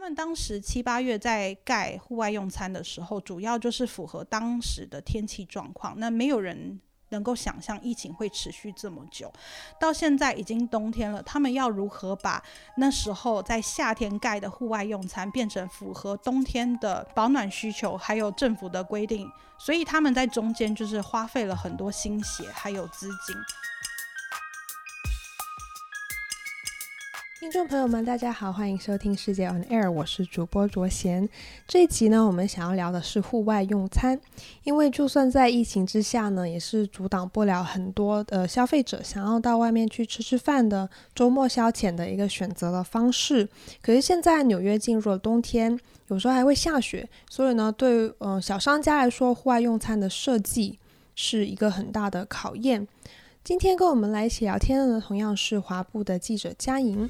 们当时7、8月在盖户外用餐的时候，主要就是符合当时的天气状况。那没有人能够想象疫情会持续这么久，到现在已经冬天了，他们要如何把那时候在夏天盖的户外用餐变成符合冬天的保暖需求，还有政府的规定，所以他们在中间就是花费了很多心血还有资金。 听众朋友们大家好，欢迎收听世界 on air， 我是主播卓贤。这一集呢，我们想要聊的是户外用餐，因为就算在疫情之下呢，也是阻挡不了很多消费者想要到外面去吃饭的周末消遣的一个选择的方式。可是现在纽约进入了冬天，有时候还会下雪，所以呢，对小商家来说，户外用餐的设计是一个很大的考验。今天跟我们来一起聊天的呢，同样是华埠的记者嘉莹。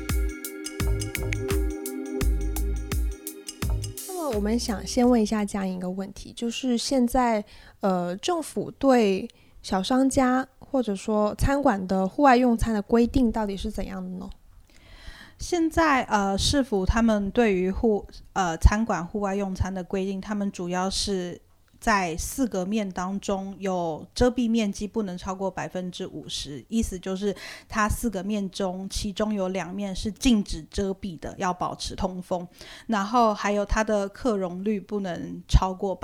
那么我们想先问一下嘉莹一个问题，就是现在政府对小商家或者说餐馆的户外用餐的规定到底是怎样的呢？ 现在市府他们对于餐馆户外用餐的规定，他们主要是在4个面当中有遮蔽面积不能超过 50%， 意思就是它4个面中其中有2面是禁止遮蔽的，要保持通风，然后还有它的客容率不能超过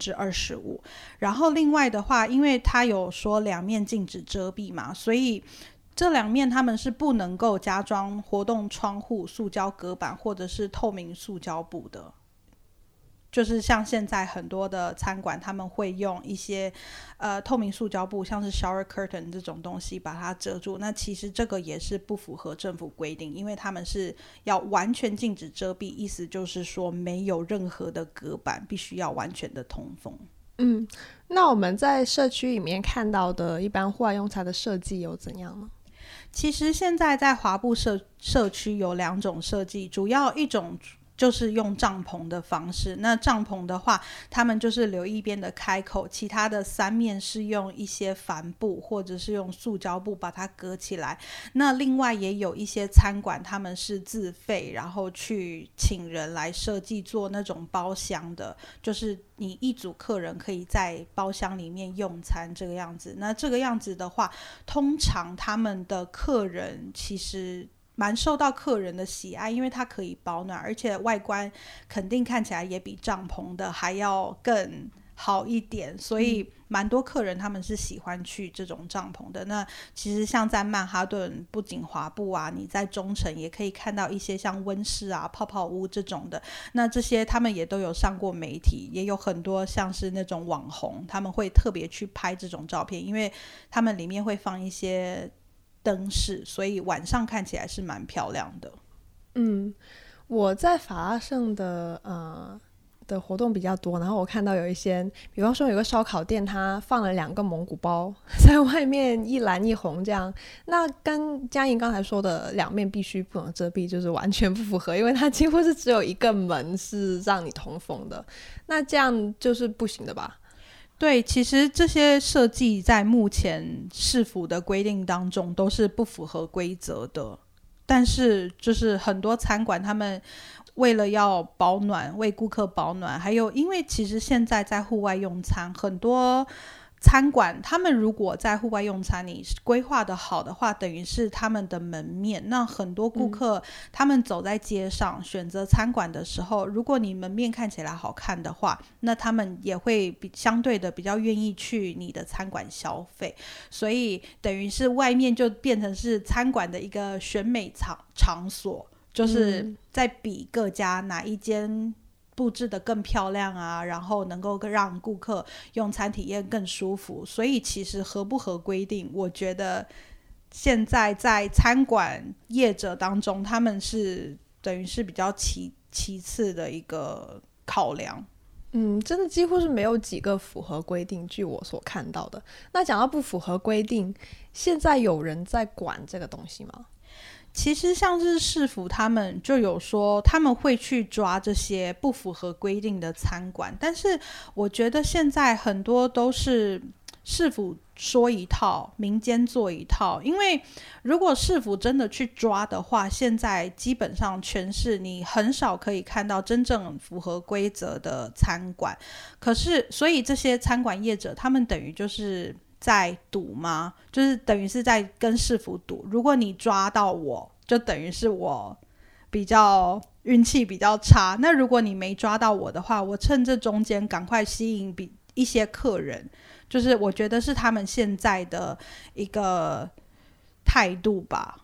25%。 然后另外的话，因为它有说2面禁止遮蔽嘛，所以这2面他们是不能够加装活动窗户、塑胶隔板或者是透明塑胶布的。就是像现在很多的餐馆他们会用一些透明塑胶布，像是 shower curtain 这种东西把它遮住，那其实这个也是不符合政府规定，因为他们是要完全禁止遮蔽，意思就是说没有任何的隔板，必须要完全的通风。 那我们在社区里面看到的一般户外用餐的设计有怎样呢？ 其实现在在华埠社区有2种设计，主要一种就是用帐篷的方式，那帐篷的话他们就是留一边的开口，其他的3面是用一些帆布或者是用塑胶布把它隔起来。那另外也有一些餐馆他们是自费然后去请人来设计做那种包厢的，就是你一组客人可以在包厢里面用餐这个样子。那这个样子的话，通常他们的客人其实蛮受到客人的喜爱，因为它可以保暖，而且外观肯定看起来也比帐篷的还要更好一点，所以蛮多客人他们是喜欢去这种帐篷的。那其实像在曼哈顿，不仅华埠啊，你在中城也可以看到一些像温室啊、泡泡屋这种的，那这些他们也都有上过媒体，也有很多像是那种网红他们会特别去拍这种照片，因为他们里面会放一些灯饰，所以晚上看起来是蛮漂亮的。 我在法拉盛的活动比较多，然后我看到有一些，比方说有个烧烤店，它放了2个蒙古包在外面，一蓝一红这样。那跟嘉莹刚才说的2面必须不能遮蔽就是完全不符合，因为它几乎是只有一个门是让你通风的，那这样就是不行的吧？ 对，其实这些设计在目前市府的规定当中都是不符合规则的，但是就是很多餐馆他们为了要保暖，为顾客保暖，还有因为其实现在在户外用餐，很多餐馆他们如果在户外用餐你规划的好的话，等于是他们的门面。那很多顾客他们走在街上选择餐馆的时候，如果你门面看起来好看的话，那他们也会相对的比较愿意去你的餐馆消费，所以等于是外面就变成是餐馆的一个选美场所，就是在比各家哪一间布置得更漂亮啊，然后能够让顾客用餐体验更舒服。所以其实合不合规定，我觉得现在在餐馆业者当中，他们是等于是比较其次的一个考量。 真的几乎是没有几个符合规定，据我所看到的。那讲到不符合规定，现在有人在管这个东西吗？ 其实像是市府他们就有说他们会去抓这些不符合规定的餐馆，但是我觉得现在很多都是市府说一套，民间做一套。因为如果市府真的去抓的话，现在基本上全市你很少可以看到真正符合规则的餐馆。可是所以这些餐馆业者他们等于就是在赌吗？就是等于是在跟市府赌，如果你抓到我，就等于是我比较运气比较差，那如果你没抓到我的话，我趁这中间赶快吸引一些客人，就是我觉得是他们现在的一个态度吧。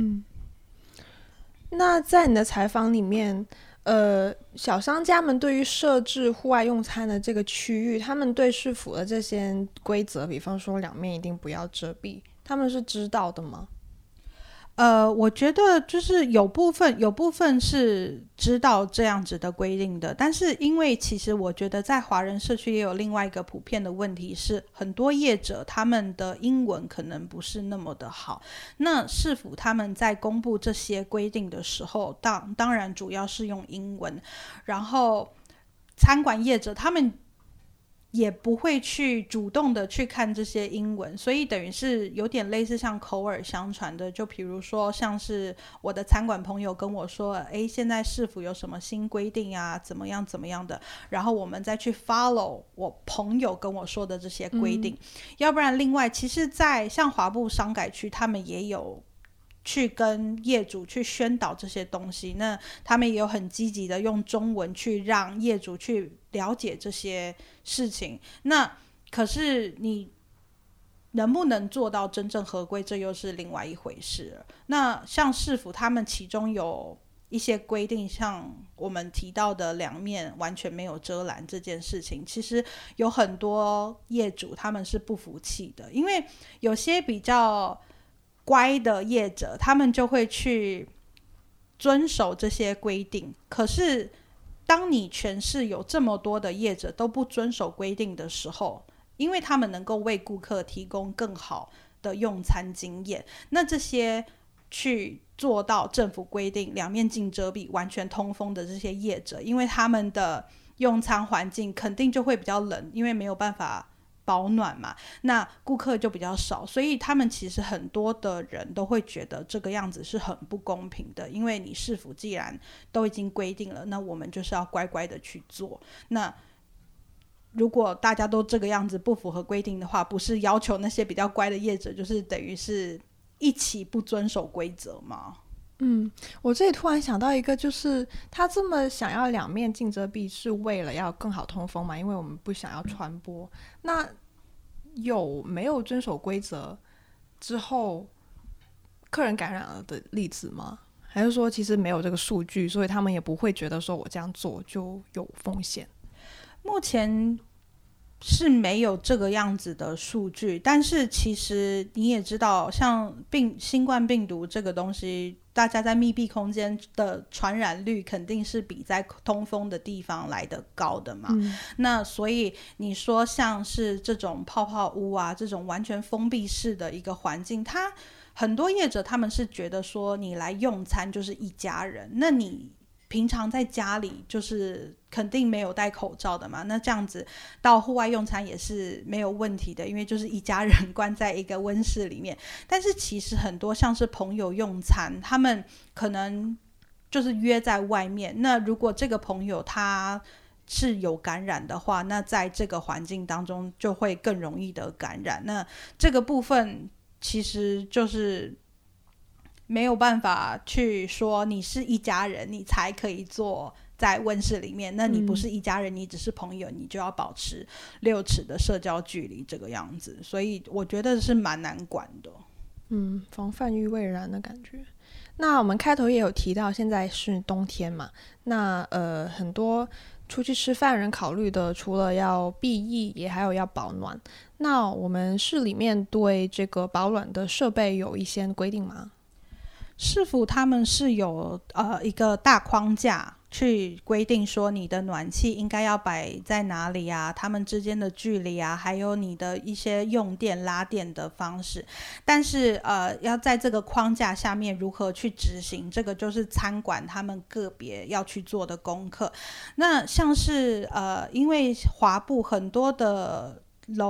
那在你的采访里面，小商家们对于设置户外用餐的这个区域，他们对市府的这些规则，比方说两面一定不要遮蔽，他们是知道的吗？ 我觉得就是有部分是知道这样子的规定的，但是因为其实我觉得在华人社区也有另外一个普遍的问题是，很多业者他们的英文可能不是那么的好，那市府他们在公布这些规定的时候，当然主要是用英文，然后餐馆业者他们也不会去主动的去看这些英文，所以等于是有点类似像口耳相传的，就比如说像是我的餐馆朋友跟我说，现在市府有什么新规定啊，怎么样怎么样的，然后我们再去 follow 我朋友跟我说的这些规定。要不然另外其实在像华埠商改区他们也有去跟业主去宣导这些东西，那他们也有很积极的用中文去让业主去了解这些事情。那可是你能不能做到真正合规，这又是另外一回事了。那像市府他们其中有一些规定，像我们提到的两面完全没有遮拦这件事情，其实有很多业主他们是不服气的，因为有些比较乖的业者他们就会去遵守这些规定，可是当你全市有这么多的业者都不遵守规定的时候，因为他们能够为顾客提供更好的用餐经验，那这些去做到政府规定两面镜遮蔽完全通风的这些业者，因为他们的用餐环境肯定就会比较冷，因为没有办法保暖嘛，那顾客就比较少，所以他们其实很多的人都会觉得这个样子是很不公平的，因为你市府既然都已经规定了，那我们就是要乖乖的去做。那如果大家都这个样子不符合规定的话，不是要求那些比较乖的业者就是等于是一起不遵守规则吗？ 我这里突然想到一个，就是他这么想要两面镜遮蔽是为了要更好通风嘛，因为我们不想要传播。那有没有遵守规则之后客人感染了的例子吗？还是说其实没有这个数据，所以他们也不会觉得说我这样做就有风险？ 目前是没有这个样子的数据，但是其实你也知道，像新冠病毒这个东西，大家在密闭空间的传染率肯定是比在通风的地方来得高的嘛。那所以你说像是这种泡泡屋啊，这种完全封闭式的一个环境，它很多业者他们是觉得说你来用餐就是一家人，那你平常在家里就是肯定没有戴口罩的嘛，那这样子到户外用餐也是没有问题的，因为就是一家人关在一个温室里面。但是其实很多像是朋友用餐，他们可能就是约在外面，那如果这个朋友他是有感染的话，那在这个环境当中就会更容易的感染。那这个部分其实就是没有办法去说你是一家人你才可以坐在温室里面，那你不是一家人，你只是朋友，你就要保持6尺的社交距离这个样子，所以我觉得是蛮难管的。 防范于未然的感觉。那我们开头也有提到现在是冬天嘛，那很多出去吃饭人考虑的除了要避疫也还有要保暖，那我们市里面对这个保暖的设备有一些规定吗？ 市府他们是有一个大框架去规定说你的暖气应该要摆在哪里啊，他们之间的距离啊，还有你的一些用电拉电的方式，但是要在这个框架下面如何去执行，这个就是餐馆他们个别要去做的功课。那像是因为华埠很多的楼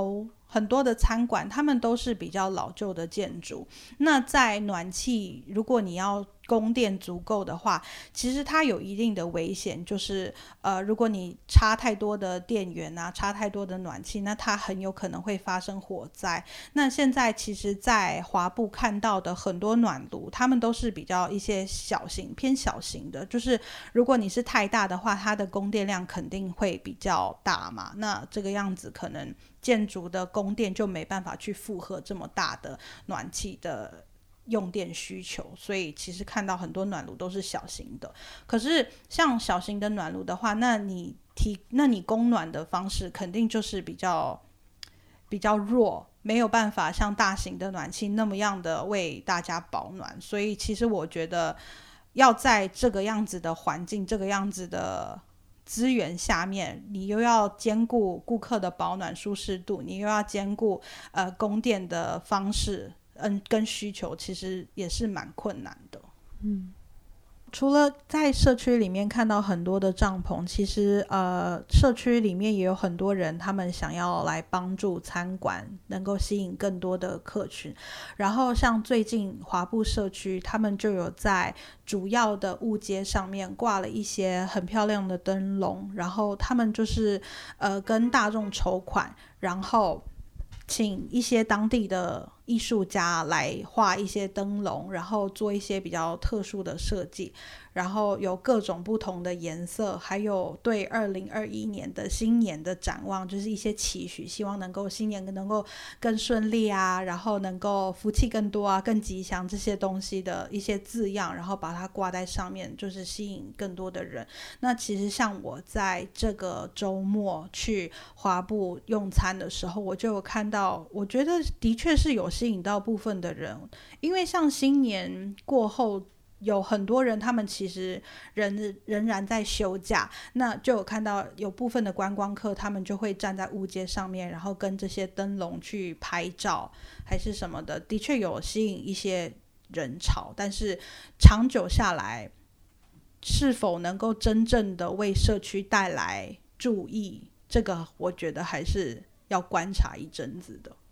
很多的餐馆他们都是比较老旧的建筑，那在暖气如果你要供电足够的话，其实它有一定的危险，就是如果你插太多的电源啊，插太多的暖气，那它很有可能会发生火灾。那现在其实在华埠看到的很多暖炉，他们都是比较一些偏小型的，就是如果你是太大的话，它的供电量肯定会比较大嘛，那这个样子可能建筑的供电就没办法去负荷这么大的暖气的用电需求，所以其实看到很多暖炉都是小型的。可是像小型的暖炉的话，那你供暖的方式肯定就是比较弱，没有办法像大型的暖气那么样的为大家保暖。所以其实我觉得要在这个样子的环境，这个样子的资源下面，你又要兼顾顾客的保暖舒适度，你又要兼顾供电的方式跟需求，其实也是蛮困难的。除了在社区里面看到很多的帐篷，其实社区里面也有很多人，他们想要来帮助餐馆能够吸引更多的客群。然后像最近华埠社区，他们就有在主要的物街上面挂了一些很漂亮的灯笼，然后他们就是跟大众筹款，然后请一些当地的艺术家来画一些灯笼，然后做一些比较特殊的设计，然后有各种不同的颜色，还有对2021年的新年的展望，就是一些期许，希望能够新年能够更顺利啊，然后能够福气更多啊，更吉祥，这些东西的一些字样，然后把它挂在上面，就是吸引更多的人。那其实像我在这个周末去华埠用餐的时候，我就有看到，我觉得的确是有吸引到部分的人，因为像新年过后有很多人他们其实仍然在休假，那就有看到有部分的观光客他们就会站在物街上面，然后跟这些灯笼去拍照还是什么的，的确有吸引一些人潮，但是长久下来是否能够真正的为社区带来注意，这个我觉得还是要观察一阵子的。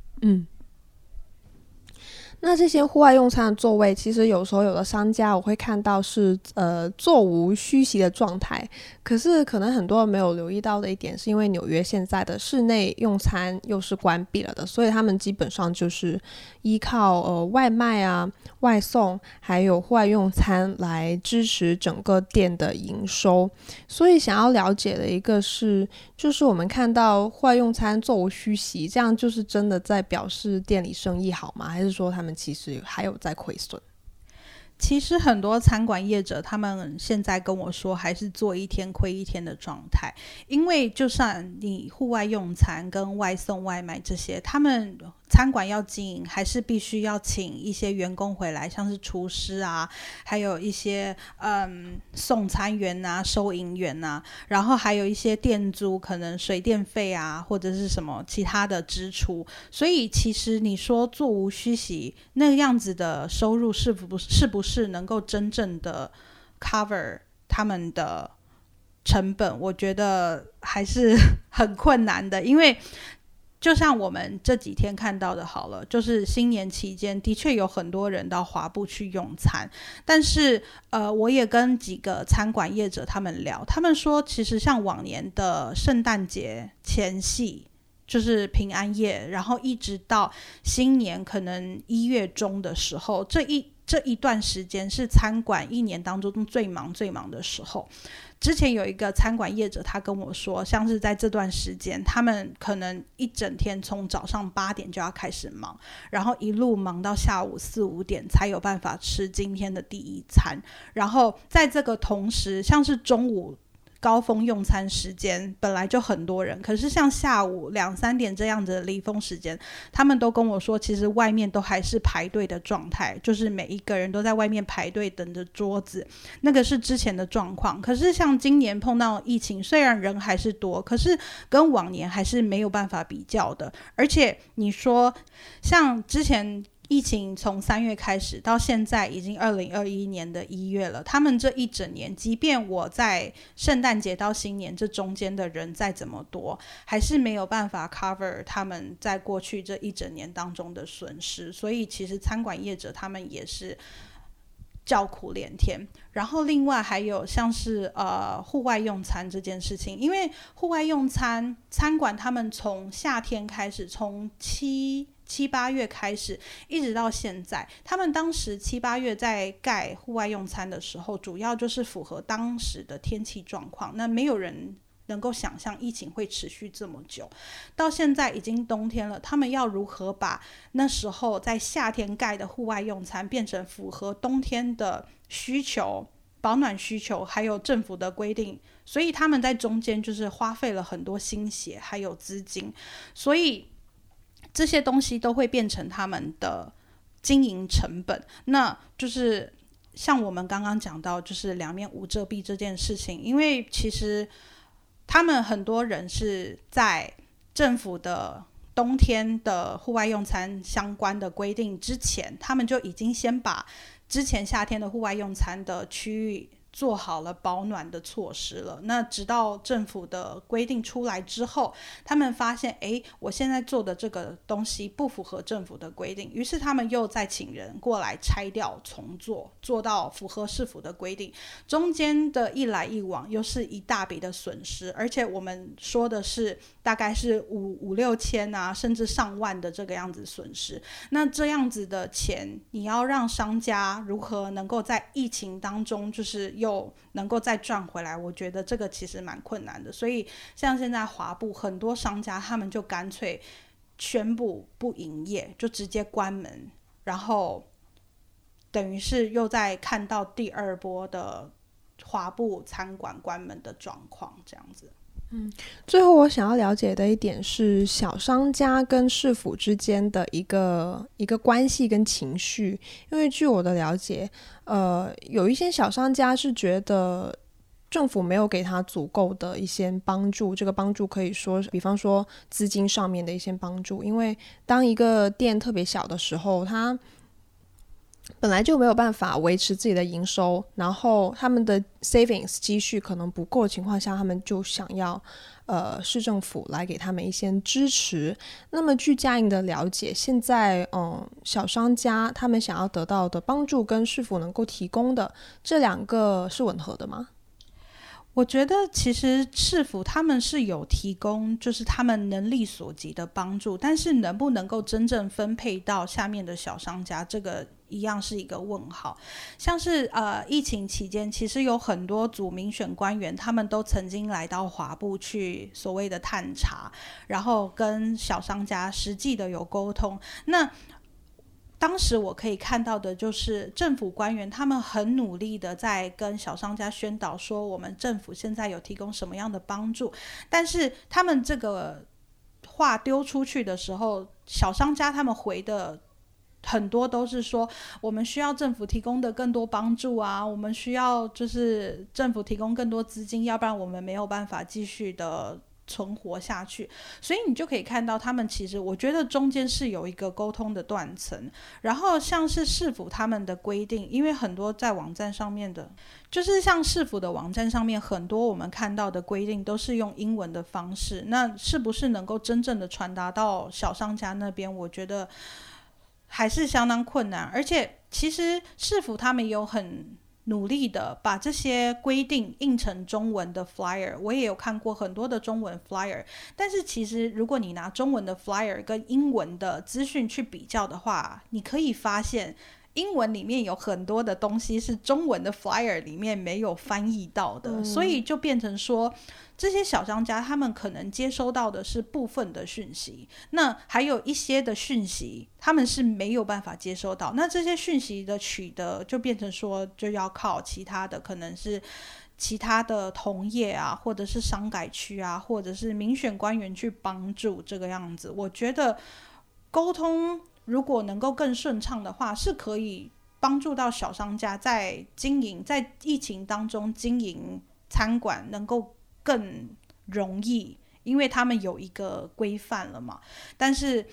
那这些户外用餐的座位，其实有时候有的商家我会看到是座无虚席的状态，可是可能很多人没有留意到的一点，是因为纽约现在的室内用餐又是关闭了的，所以他们基本上就是依靠外卖啊、外送还有户外用餐来支持整个店的营收。所以想要了解的一个是，就是我们看到户外用餐座无虚席，这样就是真的在表示店里生意好吗？还是说他们其实还有在亏损？ 其实很多餐馆业者他们现在跟我说还是做一天亏一天的状态，因为就算你户外用餐跟外送外卖这些，他们餐馆要经营还是必须要请一些员工回来，像是厨师啊，还有一些送餐员啊、收银员啊，然后还有一些店租，可能水电费啊或者是什么其他的支出，所以其实你说座无虚席那个样子的收入是不是能够真正的 cover 他们的成本，我觉得还是很困难的。因为就像我们这几天看到的好了，就是新年期间的确有很多人到华埠去用餐，但是我也跟几个餐馆业者他们聊，他们说其实像往年的圣诞节前夕，就是平安夜，然后一直到新年可能1月中的时候，这一段时间是餐馆一年当中最忙的时候。之前有一个餐馆业者他跟我说，像是在这段时间他们可能一整天从早上8点就要开始忙，然后一路忙到下午4、5点才有办法吃今天的第一餐，然后在这个同时像是中午高峰用餐时间本来就很多人，可是像下午2、3点这样子的离峰时间，他们都跟我说其实外面都还是排队的状态，就是每一个人都在外面排队等着桌子，那个是之前的状况。可是像今年碰到疫情，虽然人还是多，可是跟往年还是没有办法比较的。而且你说像之前疫情从3月开始到现在已经2021年的1月了，他们这一整年，即便我在圣诞节到新年这中间的人再怎么多，还是没有办法 cover 他们在过去这一整年当中的损失，所以其实餐馆业者他们也是叫苦连天。然后另外还有像是户外用餐这件事情，因为户外用餐餐馆他们从夏天开始，从7、8月开始一直到现在，他们当时7、8月在盖户外用餐的时候，主要就是符合当时的天气状况，那没有人能够想象疫情会持续这么久，到现在已经冬天了，他们要如何把那时候在夏天盖的户外用餐变成符合冬天的需求、保暖需求还有政府的规定，所以他们在中间就是花费了很多心血还有资金，所以这些东西都会变成他们的经营成本。那就是像我们刚刚讲到就是两面无遮蔽这件事情，因为其实他们很多人是在政府的冬天的户外用餐相关的规定之前，他们就已经先把之前夏天的户外用餐的区域做好了保暖的措施了。那直到政府的规定出来之后，他们发现我现在做的这个东西不符合政府的规定，于是他们又再请人过来拆掉重做，做到符合市府的规定，中间的一来一往又是一大笔的损失，而且我们说的是大概是5、6千啊，甚至上万的这个样子损失。那这样子的钱，你要让商家如何能够在疫情当中就是又能够再赚回来，我觉得这个其实蛮困难的。所以像现在华埠很多商家他们就干脆宣布不营业，就直接关门，然后等于是又在看到第二波的华埠餐馆关门的状况这样子。 最后我想要了解的一点是小商家跟市府之间的一个关系跟情绪，因为据我的了解，有一些小商家是觉得政府没有给他足够的一些帮助，这个帮助可以说比方说资金上面的一些帮助，因为当一个店特别小的时候，他本来就没有办法维持自己的营收，然后他们的 savings 积蓄可能不够的情况下，他们就想要市政府来给他们一些支持。那么据佳莹的了解，现在小商家他们想要得到的帮助跟市府能够提供的这两个是吻合的吗？ 我觉得其实市府他们是有提供就是他们能力所及的帮助，但是能不能够真正分配到下面的小商家，这个一样是一个问号。像是疫情期间，其实有很多组民选官员，他们都曾经来到华埠去所谓的探查，然后跟小商家实际的有沟通。那当时我可以看到的就是政府官员他们很努力的在跟小商家宣导说我们政府现在有提供什么样的帮助，但是他们这个话丢出去的时候，小商家他们回的很多都是说我们需要政府提供的更多帮助啊，我们需要就是政府提供更多资金，要不然我们没有办法继续的存活下去。所以你就可以看到他们其实我觉得中间是有一个沟通的断层。然后像是市府他们的规定，因为很多在网站上面的就是像市府的网站上面很多我们看到的规定都是用英文的方式，那是不是能够真正的传达到小商家那边，我觉得还是相当困难。而且其实市府他们有很努力的把这些规定印成中文的 flyer， 我也有看过很多的中文 flyer， 但是其实如果你拿中文的 flyer 跟英文的资讯去比较的话，你可以发现英文里面有很多的东西是中文的 flyer 里面没有翻译到的，所以就变成说这些小商家他们可能接收到的是部分的讯息，那还有一些的讯息他们是没有办法接收到，那这些讯息的取得就变成说就要靠其他的，可能是其他的同业啊，或者是商改区啊，或者是民选官员去帮助这个样子。我觉得沟通如果能够更顺畅的话，是可以帮助到小商家在经营，在疫情当中经营餐馆能够更容易，因为他们有一个规范了嘛。但是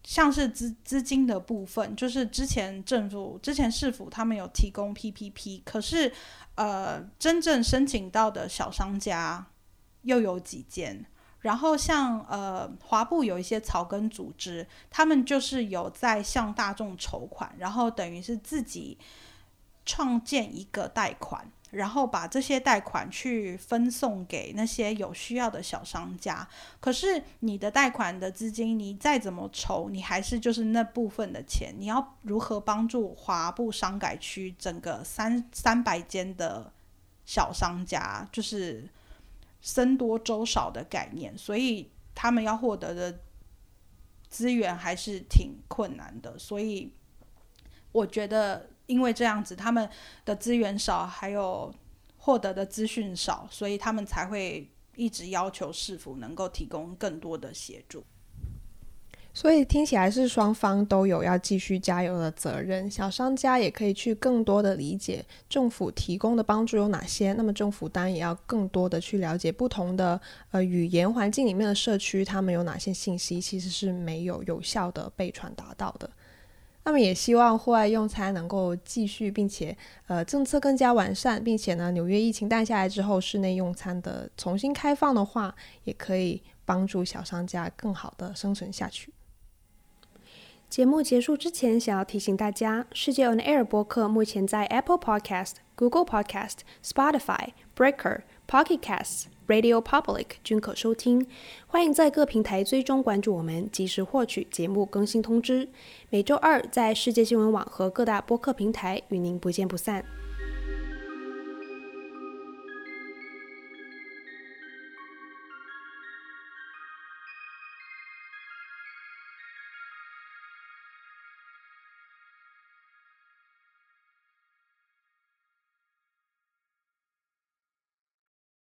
像是资金的部分，就是之前市府他们有提供 PPP， 可是真正申请到的小商家又有几间。然后像华部有一些草根组织，他们就是有在向大众筹款，然后等于是自己创建一个贷款，然后把这些贷款去分送给那些有需要的小商家。可是你的贷款的资金你再怎么筹，你还是就是那部分的钱，你要如何帮助华部商改区整个300间的小商家，就是僧多粥少的概念，所以他们要获得的资源还是挺困难的。所以我觉得因为这样子他们的资源少，还有获得的资讯少，所以他们才会一直要求市府能够提供更多的协助。 所以听起来是双方都有要继续加油的责任，小商家也可以去更多的理解政府提供的帮助有哪些，那么政府当然也要更多的去了解不同的语言环境里面的社区，他们有哪些信息其实是没有有效的被传达到的。那么也希望户外用餐能够继续，并且政策更加完善，并且呢纽约疫情淡下来之后，室内用餐的重新开放的话，也可以帮助小商家更好的生存下去。 节目结束之前，想要提醒大家，世界 On Air 播客目前在 Apple Podcast、Google Podcast、Spotify、Breaker、Pocket Casts、Radio Public 均可收听。欢迎在各平台追踪关注我们，及时获取节目更新通知。每周二在世界新闻网和各大播客平台与您不见不散。